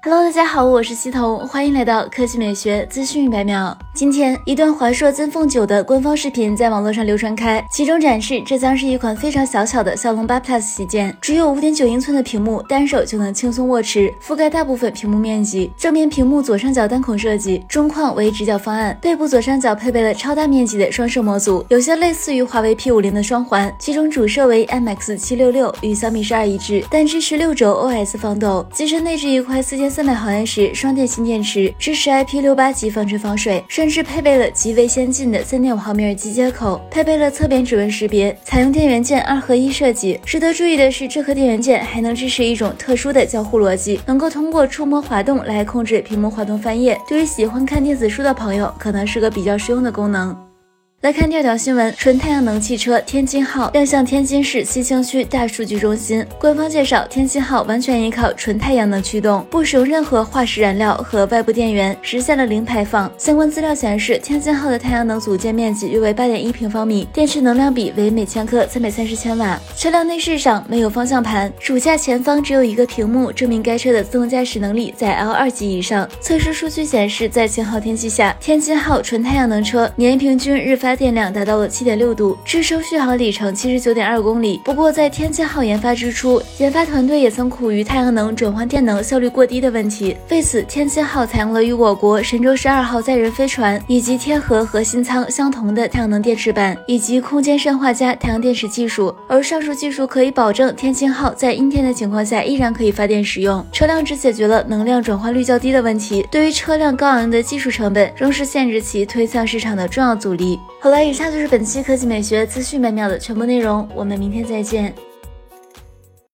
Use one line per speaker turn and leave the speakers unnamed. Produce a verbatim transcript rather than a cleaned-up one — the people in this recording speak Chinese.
Hello， 大家好，我是西彤，欢迎来到科技美学资讯一百秒。今天，一段华硕金凤九的官方视频在网络上流传开，其中展示这将是一款非常小巧的骁龙八 Plus 旗舰，只有 五点九英寸的屏幕，单手就能轻松握持，覆盖大部分屏幕面积。正面屏幕左上角单孔设计，中框为直角方案，背部左上角配备了超大面积的双摄模组，有些类似于华为 P 五十 的双环，其中主摄为 M X 七六六，与小米十二一致，但支持六轴 O S 防抖，机身内置一块四千三百毫安时双电芯电池，支持 I P 六八级防尘防水，甚至配备了极为先进的 三点五毫米耳机接口，配备了侧边指纹识别，采用电源键二合一设计。值得注意的是，这颗电源键还能支持一种特殊的交互逻辑，能够通过触摸滑动来控制屏幕滑动翻页，对于喜欢看电子书的朋友，可能是个比较实用的功能。来看第二条新闻，纯太阳能汽车天津号亮相天津市西青区大数据中心。官方介绍，天津号完全依靠纯太阳能驱动，不使用任何化石燃料和外部电源，实现了零排放。相关资料显示，天津号的太阳能组件面积约为 八点一平方米，电池能量比为每千克三百三十千瓦。车辆内饰上没有方向盘，主驾前方只有一个屏幕，证明该车的自动驾驶能力在 L 二 级以上。测试数据显示，在晴好天气下，天津号纯太阳能车年平均日发电量达到了 七点六度，至收续航里程 七十九点二公里。不过在天津号研发之初，研发团队也曾苦于太阳能转换电能效率过低的问题，为此天津号采用了与我国神舟十二号载人飞船以及天河核心舱相同的太阳能电池板以及空间砷化镓太阳电池技术，而上述技术可以保证天津号在阴天的情况下依然可以发电使用。车辆只解决了能量转化率较低的问题，对于车辆高昂的技术成本仍是限制其推向市场的重要阻力。好了，以上就是本期科技美学资讯百秒的全部内容，我们明天再见。